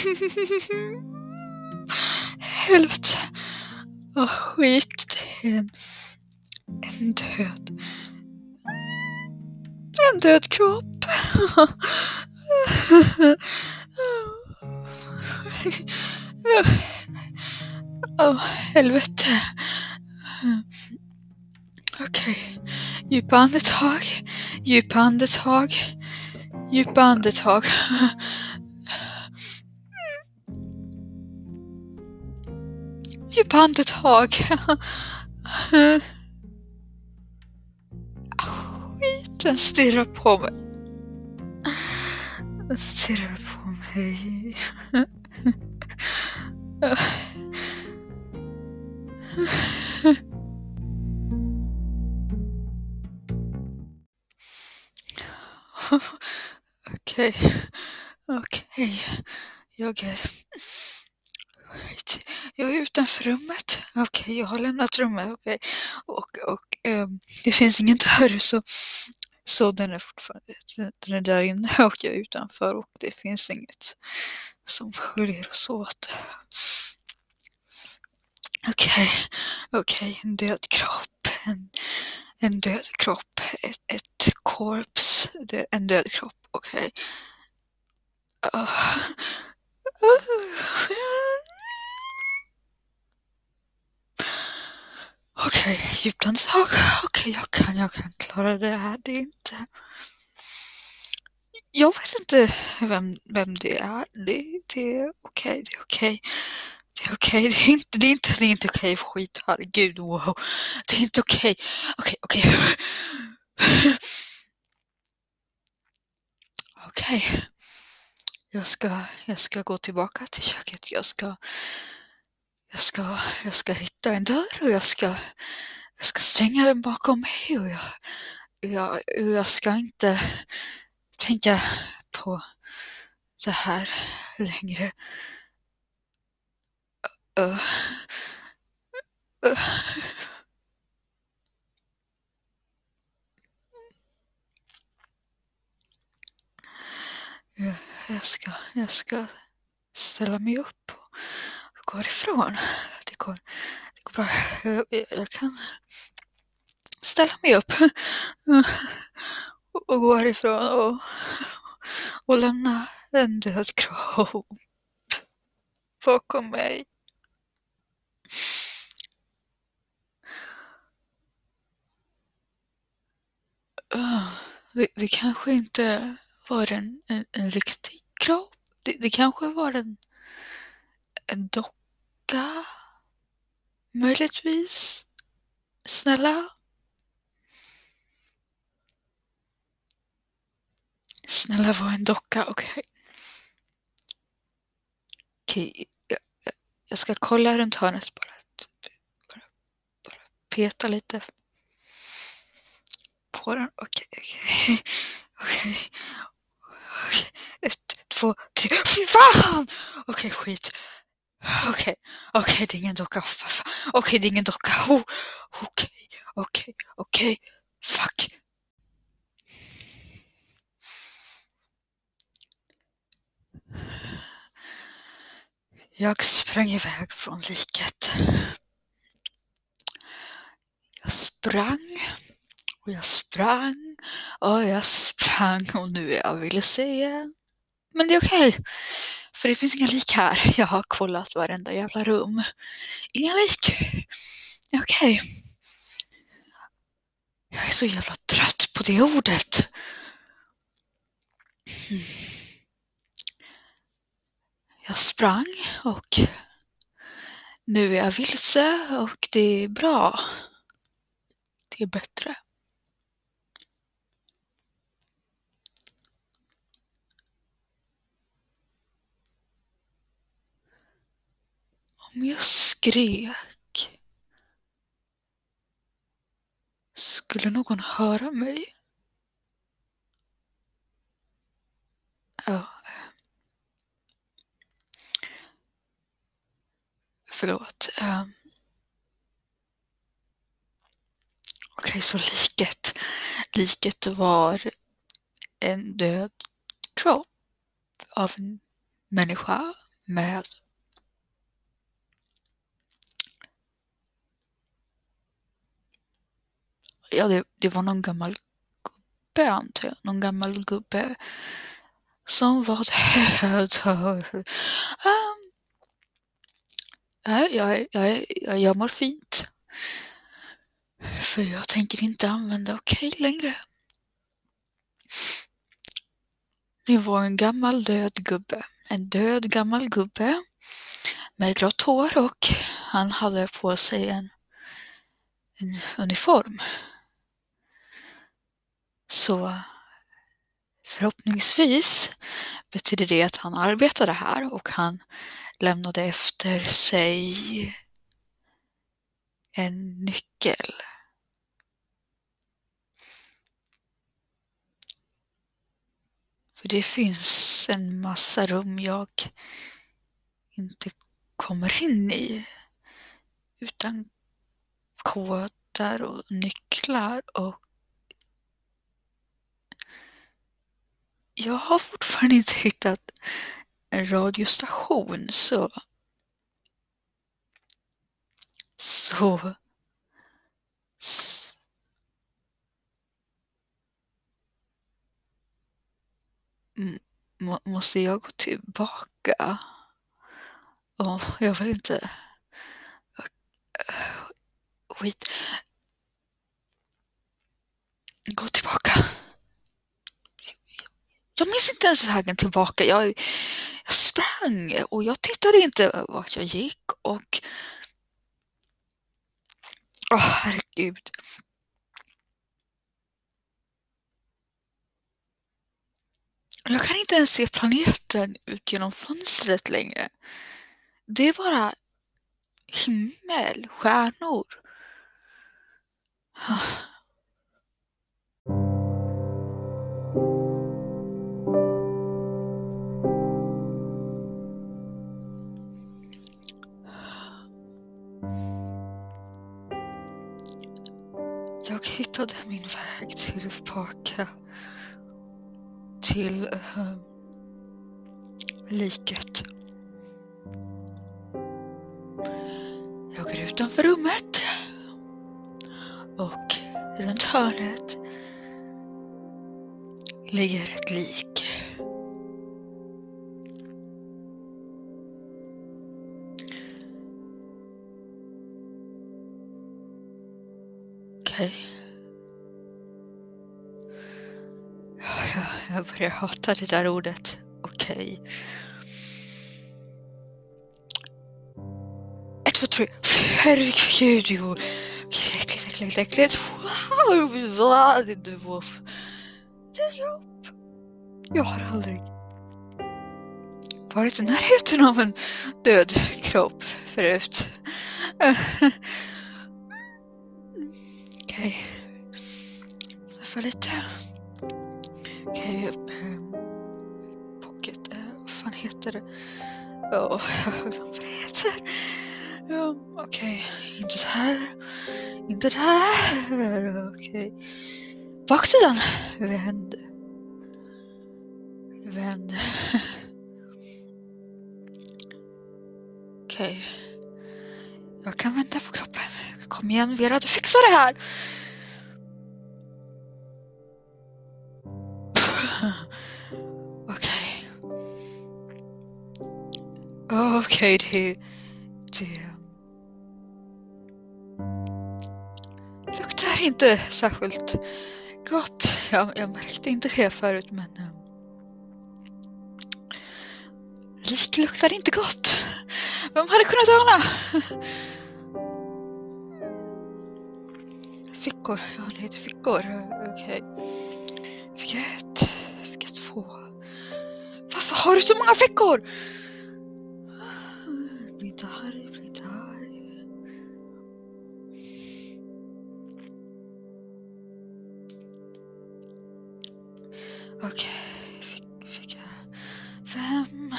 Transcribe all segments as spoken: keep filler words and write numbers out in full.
Helvete. Åh, skit. En, en död. En död kropp. Åh, oh, helvete. Okej. Okay. Djupa andetag. Djupa andetag. Djupa andetag. Djupa andetag. Den stirrar på mig. Den stirrar på mig. Okej. Okej. Jag är... Jag är utanför rummet. Okej, okay, jag har lämnat rummet. Okej. Okay. Och, och um, det finns ingen dörr så, så den är fortfarande den är där inne och jag är utanför och det finns inget som skiljer oss åt. Okej, okay. okej, okay. En död kropp. En, en död kropp. Ett, ett korps. En död kropp. Okej. Okay. Uh. Okej, okay, djupt andetag. Okej, okay, jag kan, jag kan klara det här. Det är inte... Jag vet inte vem, vem det är. Det, det är okej, okay, det är okej. Okay. Det är okej, okay. det är inte, det är inte, det är inte okej. Okay. Skit, herregud, wow. Det är inte okej. Okay. Okej, okay, okej. Okay. Okej. Okay. Jag ska, jag ska gå tillbaka till köket. Jag ska... Jag ska, jag ska hitta en dörr och jag ska, jag ska stänga den bakom mig och jag, jag, jag ska inte tänka på det här längre. Uh, uh. Jag, jag, ska, jag ska ställa mig upp och gå ifrån. Det går, det går bra. Jag, jag kan ställa mig upp och, och gå ifrån och, och lämna en död kropp bakom mig. Uh, det, det kanske inte var en, en, en riktig kropp. Det, det kanske var en, en docka. Möjligtvis. Snälla. Snälla var en docka, okej. Okay. Okej, okay. jag, jag, jag ska kolla runt hörnet bara. Bara, bara peta lite på den. Okej, okay, okej. Okay. Okej. Okay. Ett, två, tre. Fy fan! Okej, okay, skit. Okej, okay. okej, okay, det är ingen docka. Okej, okay, det är ingen docka. Okej, okej, okej, okej. Fuck. Jag sprang iväg från liket. Jag sprang och jag sprang och jag sprang och nu är jag vilse igen. Men det är okej. Okay, för det finns inga lik här. Jag har kollat varenda jävla rum. Inga lik. Det är okej. Okay. Jag är så jävla trött på det ordet. Mm. Jag sprang och nu är jag vilse och det är bra. Det är bättre. Om jag skrek, skulle någon höra mig? Ja. Förlåt. Um. Okej, okay, så liket. Liket var en död kropp av en människa. med ja, det, det var någon gammal gubbe, antar jag. Någon gammal gubbe som var död. um, jag, jag, jag, jag, jag mår fint. För jag tänker inte använda okej längre. Det var en gammal död gubbe. En död gammal gubbe med grått hår och han hade på sig en, en uniform. Så förhoppningsvis betyder det att han arbetade här och han lämnade efter sig en nyckel. För det finns en massa rum jag inte kommer in i utan koder och nycklar, och jag har fortfarande inte hittat en radiostation, så så s- m- må- måste jag gå tillbaka. Och jag vill inte skit gå tillbaka. Jag minns inte ens vägen tillbaka. Jag, jag sprang och jag tittade inte vart jag gick, och åh, herregud. Jag kan inte ens se planeten ut genom fönstret längre. Det är bara himmel, stjärnor. Jag hittade min väg tillbaka till äh, liket. Jag går utanför rummet och runt hörnet ligger ett lik. Okej. Jag, jag börjar hata det där ordet. Okej. Ett, två, tre. Herregud, jo. Äckligt, äckligt, äckligt. Wow, det var... Jag har aldrig varit i närheten av en död kropp förut. Okej. Sniffa lite. Okej. Pocket. Uh, vad fan heter det? Åh, jag har glömt vad det heter. Um, Okej. Inte där. Inte där. Okej. Baksidan. Vänd. Vänd. Okej. Jag kan vända på kroppen. Kom igen, Vera, du fixar det här. Okej. Okej, det... Det... luktar inte särskilt gott. Jag, jag märkte inte det förut, men... Um, lik luktar inte gott. Vem hade kunnat ana? Fickor. Ja, det heter fickor. Okej. Fick jag ett? Fick jag två? Varför har du så många fickor? Bli inte arg, bli inte arg. Okej, fick, fick jag fem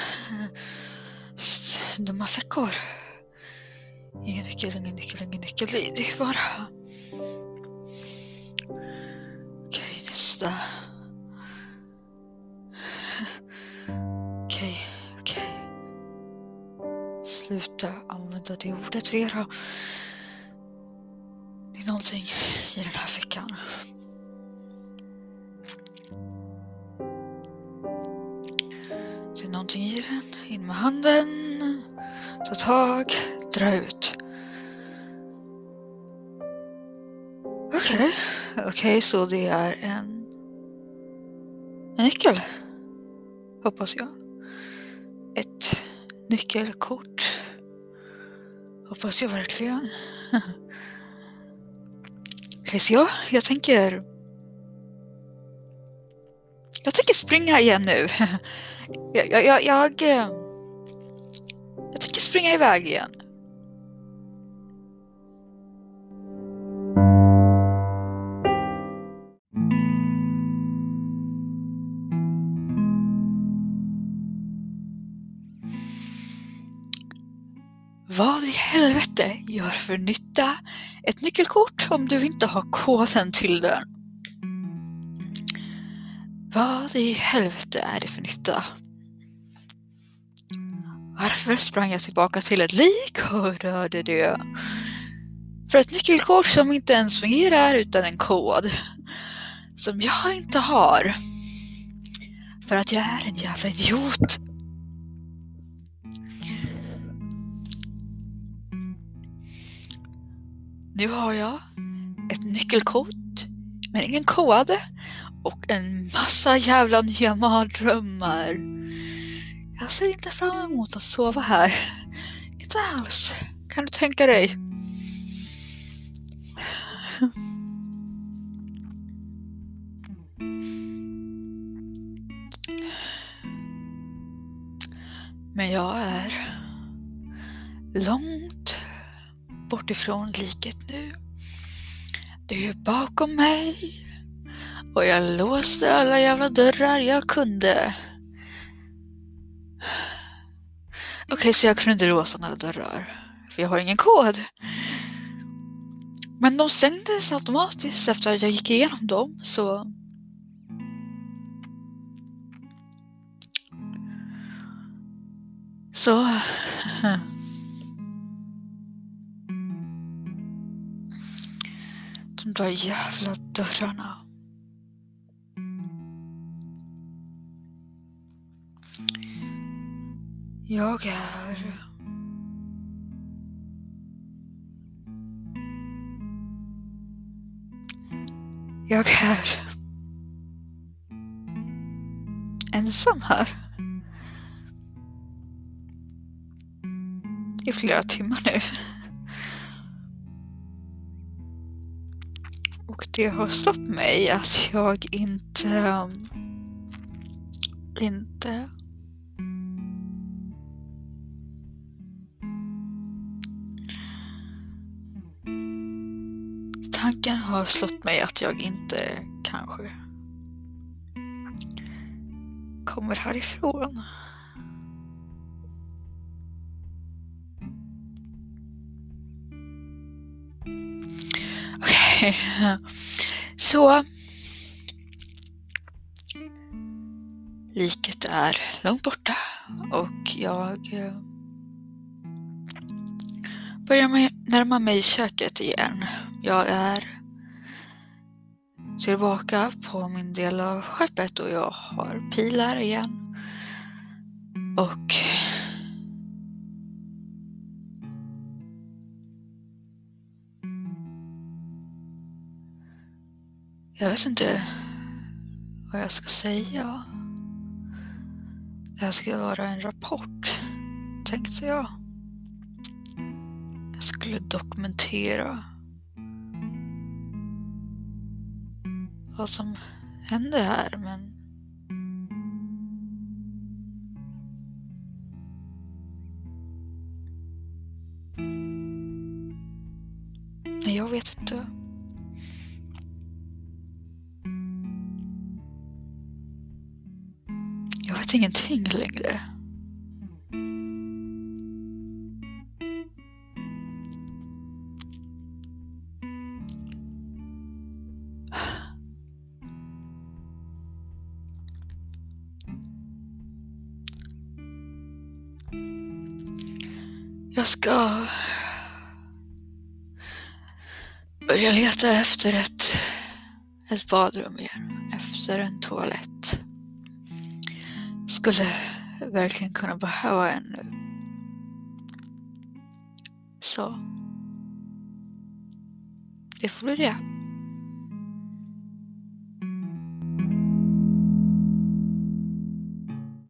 dumma fickor. Ingen nyckel, ingen nyckel, ingen nyckel. Det är bara... Okej, nästa. Okej, okej. sluta använda det ordet, Vera. Det är någonting i den här fickan. Det är någonting i den. In med handen. Ta tag. Dra ut. Okej. Okay. Okej, okay, så det är en... En nyckel. Hoppas jag. Ett nyckelkort. Hoppas jag verkligen. Okej, okay, så jag, jag tänker... Jag tänker springa igen nu. Jag, jag, jag, jag, jag tänker springa iväg igen. Vad i helvete gör för nytta ett nyckelkort om du inte har koden till den? Vad i helvete är det för nytta? Varför sprang jag tillbaka till ett lik och rörde det? För ett nyckelkort som inte ens fungerar utan en kod. Som jag inte har. För att jag är en jävla idiot. Nu har jag ett nyckelkort men ingen kod och en massa jävla nya mardrömmar. Jag ser inte fram emot att sova här. Inte alls. Kan du tänka dig? Men jag är långt bort ifrån liket nu. Det är bakom mig. Och jag låste alla jävla dörrar jag kunde. Okej, okay, så jag kunde inte låsa några dörrar. För jag har ingen kod. Men de stängdes automatiskt efter att jag gick igenom dem. Så... Så... De där jävla dörrarna. Jag är... Jag är... ensam här. I flera timmar nu. Och det har slått mig att jag inte... Inte... Tanken har slått mig att jag inte kanske kommer härifrån. Okej, okay. Så liket är långt borta och jag börjar närma mig köket igen. Jag är tillbaka på min del av skeppet och jag har pilar igen. Och jag vet inte vad jag ska säga. Det här ska vara en rapport, tänkte jag. Jag skulle dokumentera vad som hände här, men nej, jag vet inte. Jag vet ingenting längre. Jag ska börja leta efter ett, ett badrum igen. Efter en toalett. Skulle verkligen kunna behöva en nu. Så. Det får bli det.